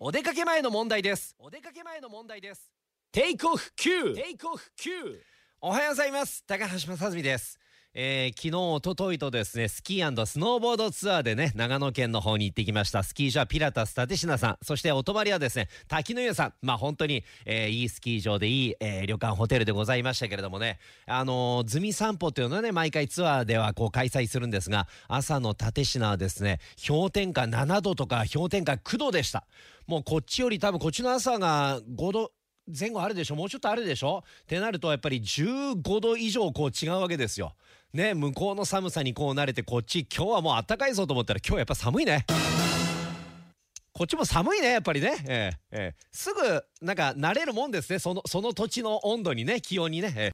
お出かけ前の問題です。テイクオフ Q。 おはようございます。高橋正純です。昨日一昨日とですね、スキー&スノーボードツアーでね、長野県の方に行ってきました。スキー場ピラタス蓼科さん、そしてお泊まりはですね、滝の湯さん。本当に、いいスキー場でいい、旅館ホテルでございましたけれどもね、ズミ散歩っていうのはね、毎回ツアーではこう開催するんですが、朝の蓼科はですね、氷点下7度とか氷点下9度でした。もうこっちより多分こっちの朝が5度前後あるでしょ、もうちょっとあるでしょってなると、やっぱり15度以上こう違うわけですよね。向こうの寒さにこう慣れて、こっち今日はもう暖かいぞと思ったら、今日やっぱ寒いね。こっちも寒いね、やっぱりね。すぐなんか慣れるもんですね、その土地の温度にね、気温にね。